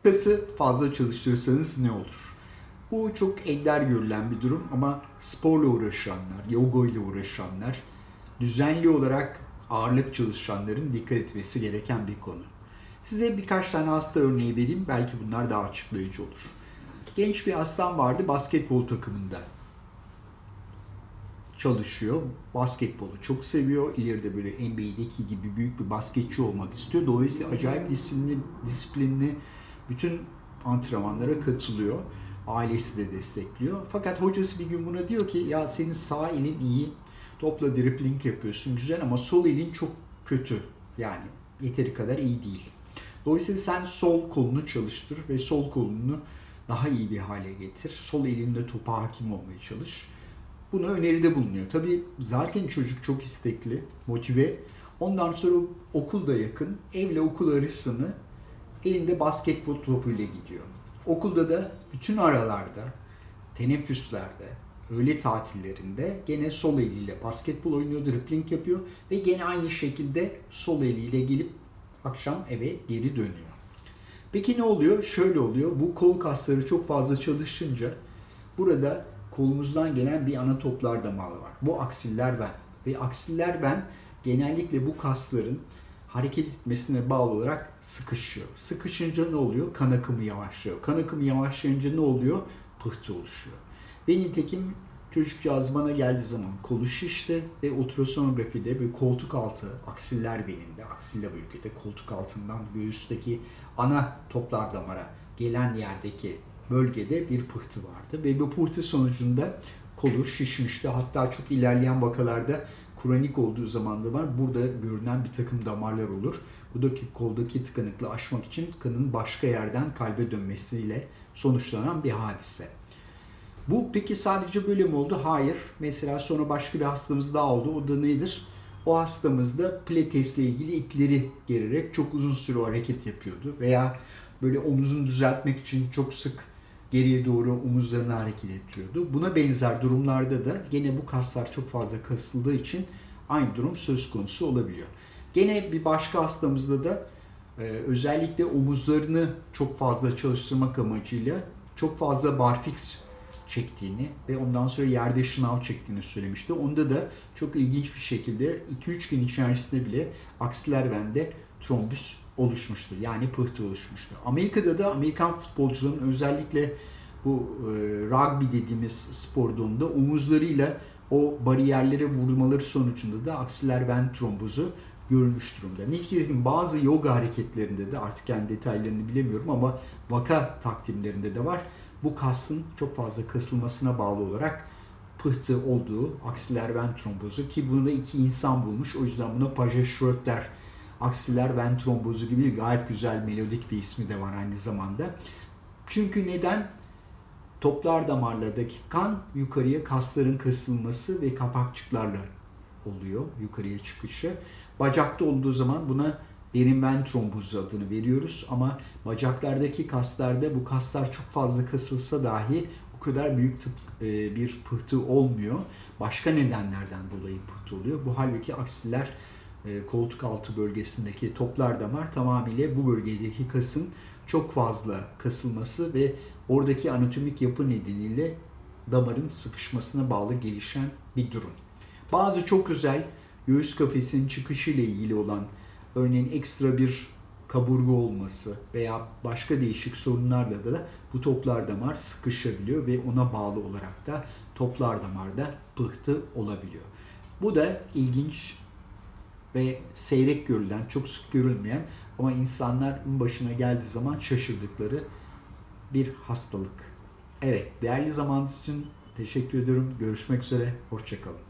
Kası fazla çalıştırırsanız ne olur? Bu çok ender görülen bir durum ama sporla uğraşanlar, yoga ile uğraşanlar, düzenli olarak ağırlık çalışanların dikkat etmesi gereken bir konu. Size birkaç tane hasta örneği vereyim, belki bunlar daha açıklayıcı olur. Genç bir hastam vardı, basketbol takımında çalışıyor. Basketbolu çok seviyor. İleride böyle NBA'deki gibi büyük bir basketçi olmak istiyor. Dolayısıyla acayip disiplinli bütün antrenmanlara katılıyor. Ailesi de destekliyor. Fakat hocası bir gün buna diyor ki ya senin sağ elin iyi. Topla dribbling yapıyorsun güzel ama sol elin çok kötü. Yani yeteri kadar iyi değil. Dolayısıyla sen sol kolunu çalıştır ve sol kolunu daha iyi bir hale getir. Sol elinde topa hakim olmaya çalış. Buna öneride bulunuyor. Tabii zaten çocuk çok istekli, motive. Ondan sonra okul da yakın. Evle okul arasını elinde basketbol topuyla gidiyor. Okulda da bütün aralarda, teneffüslerde, öğle tatillerinde gene sol eliyle basketbol oynuyor, dribbling yapıyor ve gene aynı şekilde sol eliyle gelip akşam eve geri dönüyor. Peki ne oluyor? Şöyle oluyor. Bu kol kasları çok fazla çalışınca burada kolumuzdan gelen bir ana toplar damağı var. Bu aksiller ven. Ve aksiller ven genellikle bu kasların hareket etmesine bağlı olarak sıkışıyor. Sıkışınca ne oluyor? Kan akımı yavaşlıyor. Kan akımı yavaşlayınca ne oluyor? Pıhtı oluşuyor. Ve nitekim çocukcağız bana geldiği zaman kolu şişti ve ultrasonografide ve koltuk altı aksiller veninde, aksilla bölgede koltuk altından göğüsteki ana toplar damara gelen yerdeki bölgede bir pıhtı vardı ve bu pıhtı sonucunda kolu şişmişti. Hatta çok ilerleyen vakalarda kronik olduğu zaman da var. Burada görünen bir takım damarlar olur. Buradaki koldaki tıkanıklığı aşmak için kanın başka yerden kalbe dönmesiyle sonuçlanan bir hadise. Bu peki sadece böyle mi oldu? Hayır. Mesela sonra başka bir hastamız daha oldu. O da nedir? O hastamızda pilatesle ilgili ipleri gererek çok uzun süre hareket yapıyordu. Veya böyle omuzunu düzeltmek için çok sık geriye doğru omuzlarını hareket ettiriyordu. Buna benzer durumlarda da gene bu kaslar çok fazla kasıldığı için aynı durum söz konusu olabiliyor. Gene bir başka hastamızda da özellikle omuzlarını çok fazla çalıştırmak amacıyla çok fazla barfiks çektiğini ve ondan sonra yerde şınav çektiğini söylemişti. Onda da çok ilginç bir şekilde 2-3 gün içerisinde bile aksiler vende trombüs oluşmuştu. Yani pıhtı oluşmuştu. Amerika'da da Amerikan futbolcuların özellikle bu rugby dediğimiz spor dalında omuzlarıyla o bariyerlere vurmaları sonucunda da aksiler ven trombozu görülmüş durumda. Nitekim bazı yoga hareketlerinde de artık yani detaylarını bilemiyorum ama vaka takvimlerinde de var. Bu kasın çok fazla kasılmasına bağlı olarak pıhtı olduğu aksiler ven trombozu ki bunu da 2 insan bulmuş. O yüzden buna Paget-Schröter aksiler ven trombozu gibi gayet güzel melodik bir ismi de var aynı zamanda. Çünkü neden? Toplar damarlardaki kan yukarıya kasların kasılması ve kapakçıklarla oluyor yukarıya çıkışı. Bacakta olduğu zaman buna derin ven trombozu adını veriyoruz ama bacaklardaki kaslarda bu kaslar çok fazla kasılsa dahi o kadar büyük bir pıhtı olmuyor. Başka nedenlerden dolayı pıhtı oluyor. Bu halbuki aksiller koltuk altı bölgesindeki toplar damar tamamıyla bu bölgedeki kasın çok fazla kasılması ve oradaki anatomik yapı nedeniyle damarın sıkışmasına bağlı gelişen bir durum. Bazı çok özel göğüs kafesinin çıkışı ile ilgili olan örneğin ekstra bir kaburga olması veya başka değişik sorunlarla da bu toplar damar sıkışabiliyor ve ona bağlı olarak da toplar damarda pıhtı olabiliyor. Bu da ilginç ve seyrek görülen, çok sık görülmeyen ama insanların başına geldiği zaman şaşırdıkları bir hastalık. Evet, değerli zamanınız için teşekkür ediyorum. Görüşmek üzere, hoşça kalın.